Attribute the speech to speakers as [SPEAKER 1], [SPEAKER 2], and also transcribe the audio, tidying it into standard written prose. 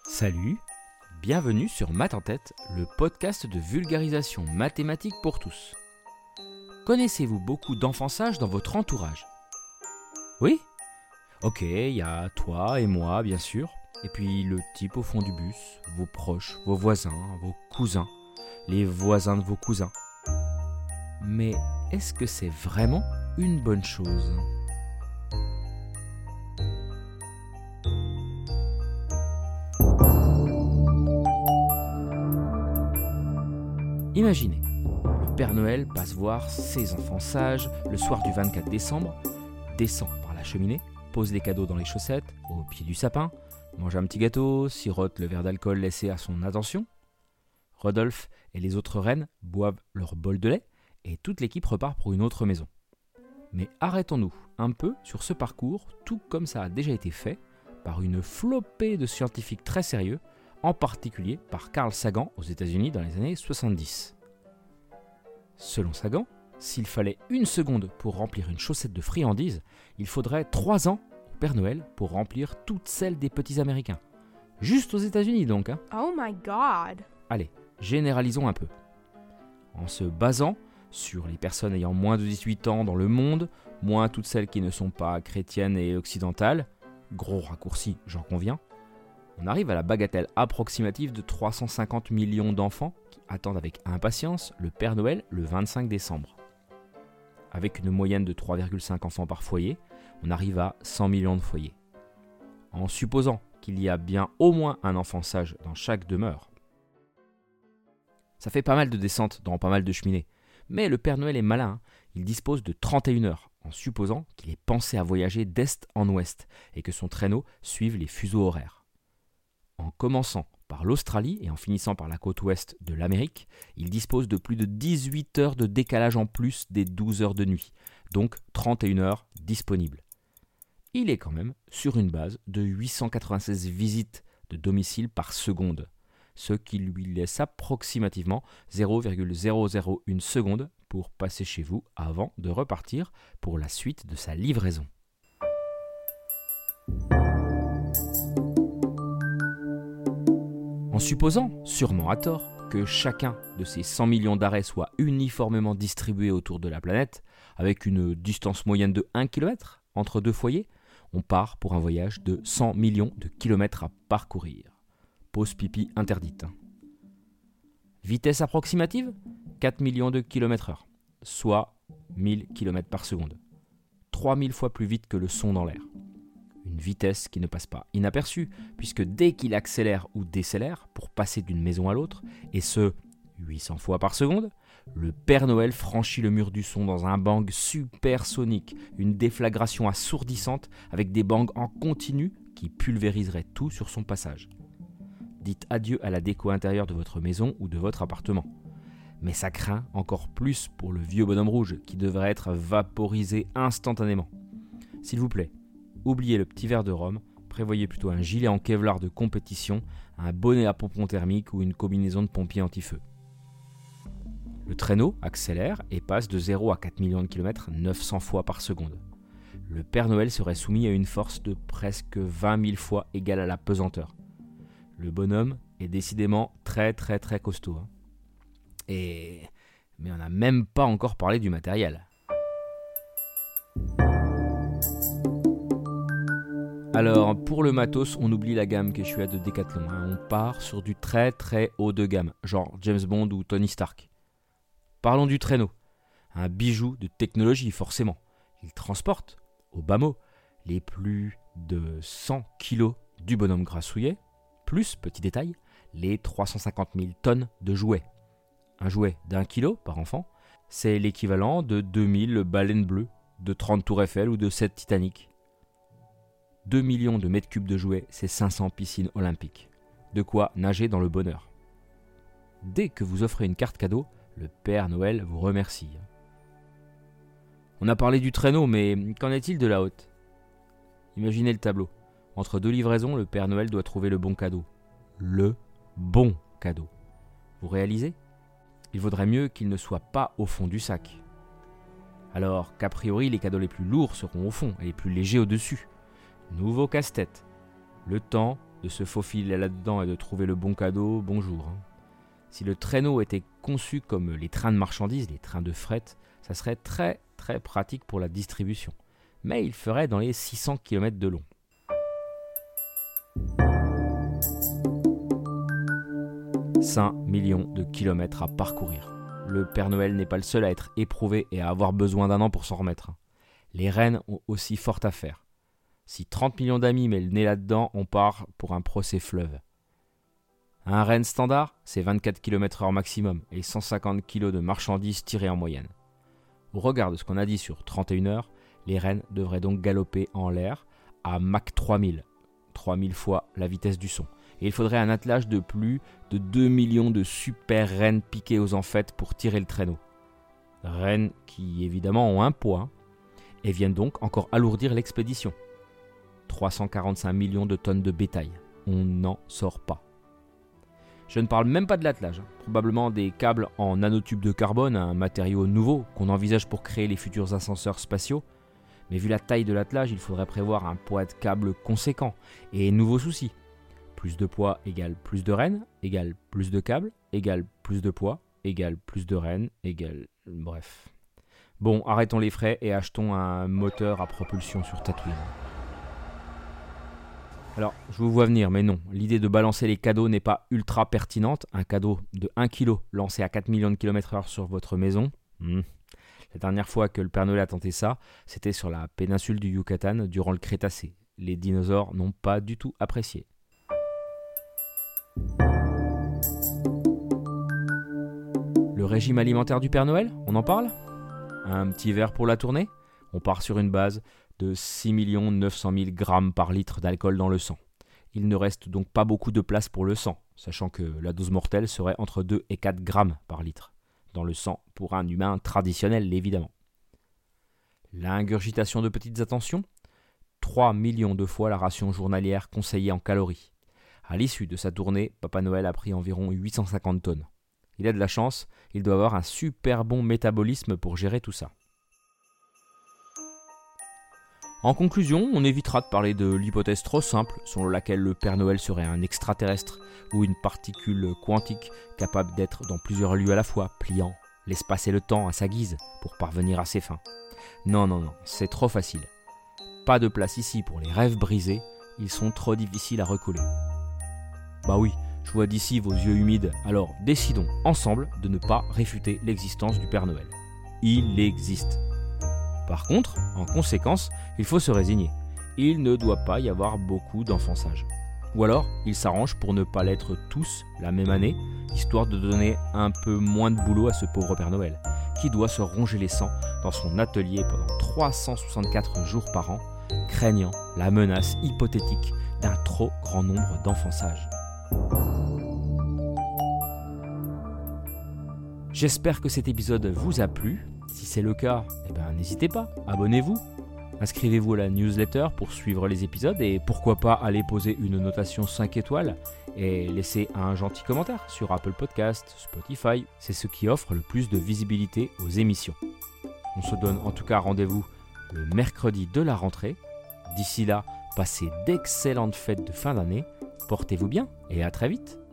[SPEAKER 1] Salut, bienvenue sur Math en tête, le podcast de vulgarisation mathématique pour tous. Connaissez-vous beaucoup d'enfants sages dans votre entourage ? Oui ? Ok, il y a toi et moi, bien sûr, et puis le type au fond du bus, vos proches, vos voisins, vos cousins, les voisins de vos cousins. Mais est-ce que c'est vraiment une bonne chose ? Imaginez, le Père Noël passe voir ses enfants sages le soir du 24 décembre, descend par la cheminée, pose les cadeaux dans les chaussettes, au pied du sapin, mange un petit gâteau, sirote le verre d'alcool laissé à son attention. Rodolphe et les autres reines boivent leur bol de lait et toute l'équipe repart pour une autre maison. Mais arrêtons-nous un peu sur ce parcours, tout comme ça a déjà été fait par une flopée de scientifiques très sérieux, en particulier par Carl Sagan aux États-Unis dans les années 70. Selon Sagan, s'il fallait 1 seconde pour remplir une chaussette de friandises, il faudrait 3 ans au Père Noël pour remplir toutes celles des petits Américains. Juste aux États-Unis donc, hein.
[SPEAKER 2] Oh my God!
[SPEAKER 1] Allez, généralisons un peu. En se basant sur les personnes ayant moins de 18 ans dans le monde, moins toutes celles qui ne sont pas chrétiennes et occidentales, gros raccourci, j'en conviens, on arrive à la bagatelle approximative de 350 millions d'enfants qui attendent avec impatience le Père Noël le 25 décembre. Avec une moyenne de 3,5 enfants par foyer, on arrive à 100 millions de foyers. En supposant qu'il y a bien au moins un enfant sage dans chaque demeure. Ça fait pas mal de descentes dans pas mal de cheminées, mais le Père Noël est malin, hein. Il dispose de 31 heures, en supposant qu'il ait pensé à voyager d'est en ouest et que son traîneau suive les fuseaux horaires. En commençant par l'Australie et en finissant par la côte ouest de l'Amérique, il dispose de plus de 18 heures de décalage en plus des 12 heures de nuit, donc 31 heures disponibles. Il est quand même sur une base de 896 visites de domicile par seconde, ce qui lui laisse approximativement 0,001 seconde pour passer chez vous avant de repartir pour la suite de sa livraison. En supposant, sûrement à tort, que chacun de ces 100 millions d'arrêts soit uniformément distribué autour de la planète, avec une distance moyenne de 1 km entre deux foyers, on part pour un voyage de 100 millions de kilomètres à parcourir. Pause pipi interdite. Vitesse approximative, 4 millions de km/h, soit 1000 km par seconde. 3000 fois plus vite que le son dans l'air. Une vitesse qui ne passe pas inaperçue, puisque dès qu'il accélère ou décélère pour passer d'une maison à l'autre, et ce, 800 fois par seconde, le Père Noël franchit le mur du son dans un bang supersonique, une déflagration assourdissante avec des bangs en continu qui pulvériseraient tout sur son passage. Dites adieu à la déco intérieure de votre maison ou de votre appartement. Mais ça craint encore plus pour le vieux bonhomme rouge qui devrait être vaporisé instantanément. S'il vous plaît, oubliez le petit verre de rhum, prévoyez plutôt un gilet en Kevlar de compétition, un bonnet à pompon thermique ou une combinaison de pompier anti-feu. Le traîneau accélère et passe de 0 à 4 millions de kilomètres 900 fois par seconde. Le Père Noël serait soumis à une force de presque 20 000 fois égale à la pesanteur. Le bonhomme est décidément très costaud. Hein. Mais on n'a même pas encore parlé du matériel. Alors, pour le matos, on oublie la gamme Quechua de Decathlon. Hein. On part sur du très haut de gamme, genre James Bond ou Tony Stark. Parlons du traîneau. Un bijou de technologie, forcément. Il transporte, au bas mot, les plus de 100 kilos du bonhomme grassouillet, plus, petit détail, les 350 000 tonnes de jouets. Un jouet d'1 kilo par enfant, c'est l'équivalent de 2000 baleines bleues, de 30 tours Eiffel ou de 7 Titanic. 2 millions de mètres cubes de jouets, c'est 500 piscines olympiques. De quoi nager dans le bonheur. Dès que vous offrez une carte cadeau, le Père Noël vous remercie. On a parlé du traîneau, mais qu'en est-il de la hotte ? Imaginez le tableau. Entre 2 livraisons, le Père Noël doit trouver le bon cadeau. Le bon cadeau. Vous réalisez ? Il vaudrait mieux qu'il ne soit pas au fond du sac. Alors qu'a priori, les cadeaux les plus lourds seront au fond et les plus légers au-dessus. Nouveau casse-tête. Le temps de se faufiler là-dedans et de trouver le bon cadeau, bonjour. Si le traîneau était conçu comme les trains de marchandises, les trains de fret, ça serait très très pratique pour la distribution. Mais il ferait dans les 600 km de long. « 5 millions de kilomètres à parcourir. Le Père Noël n'est pas le seul à être éprouvé et à avoir besoin d'un an pour s'en remettre. Les rennes ont aussi fort à faire. Si 30 millions d'amis mettent le nez là-dedans, on part pour un procès fleuve. Un renne standard, c'est 24 km/h maximum et 150 kg de marchandises tirées en moyenne. Au regard de ce qu'on a dit sur 31 heures, les rennes devraient donc galoper en l'air à Mach 3000, 3000 fois la vitesse du son. Et il faudrait un attelage de plus de 2 millions de super rennes piquées aux enfêtes pour tirer le traîneau. Rennes qui évidemment ont un poids et viennent donc encore alourdir l'expédition. 345 millions de tonnes de bétail. On n'en sort pas. Je ne parle même pas de l'attelage. Probablement des câbles en nanotubes de carbone, un matériau nouveau qu'on envisage pour créer les futurs ascenseurs spatiaux. Mais vu la taille de l'attelage, il faudrait prévoir un poids de câble conséquent. Et nouveau souci. Plus de poids égale plus de rennes, égale plus de câbles, égale plus de poids, égale plus de rennes, égale... Bref. Bon, arrêtons les frais et achetons un moteur à propulsion sur Tatooine. Alors, je vous vois venir, mais non. L'idée de balancer les cadeaux n'est pas ultra pertinente. Un cadeau de 1 kg lancé à 4 millions de km/h sur votre maison. La dernière fois que le Père Noël a tenté ça, c'était sur la péninsule du Yucatan durant le Crétacé. Les dinosaures n'ont pas du tout apprécié. Le régime alimentaire du Père Noël, on en parle ? Un petit verre pour la tournée ? On part sur une base de 6 900 000 grammes par litre d'alcool dans le sang. Il ne reste donc pas beaucoup de place pour le sang, sachant que la dose mortelle serait entre 2 et 4 grammes par litre dans le sang pour un humain traditionnel évidemment. L'ingurgitation de petites attentions ? 3 millions de fois la ration journalière conseillée en calories. À l'issue de sa tournée, Papa Noël a pris environ 850 tonnes. Il a de la chance, il doit avoir un super bon métabolisme pour gérer tout ça. En conclusion, on évitera de parler de l'hypothèse trop simple selon laquelle le Père Noël serait un extraterrestre ou une particule quantique capable d'être dans plusieurs lieux à la fois, pliant l'espace et le temps à sa guise pour parvenir à ses fins. Non, c'est trop facile. Pas de place ici pour les rêves brisés, ils sont trop difficiles à recoller. Bah oui, je vois d'ici vos yeux humides, alors décidons ensemble de ne pas réfuter l'existence du Père Noël. Il existe. Par contre, en conséquence, il faut se résigner. Il ne doit pas y avoir beaucoup d'enfants sages. Ou alors, il s'arrange pour ne pas l'être tous la même année, histoire de donner un peu moins de boulot à ce pauvre Père Noël, qui doit se ronger les sangs dans son atelier pendant 364 jours par an, craignant la menace hypothétique d'un trop grand nombre d'enfants sages. J'espère que cet épisode vous a plu. Si c'est le cas, n'hésitez pas, abonnez-vous. Inscrivez-vous à la newsletter pour suivre les épisodes et pourquoi pas aller poser une notation 5 étoiles et laisser un gentil commentaire sur Apple Podcasts, Spotify. C'est ce qui offre le plus de visibilité aux émissions. On se donne en tout cas rendez-vous le mercredi de la rentrée. D'ici là, passez d'excellentes fêtes de fin d'année. Portez-vous bien et à très vite.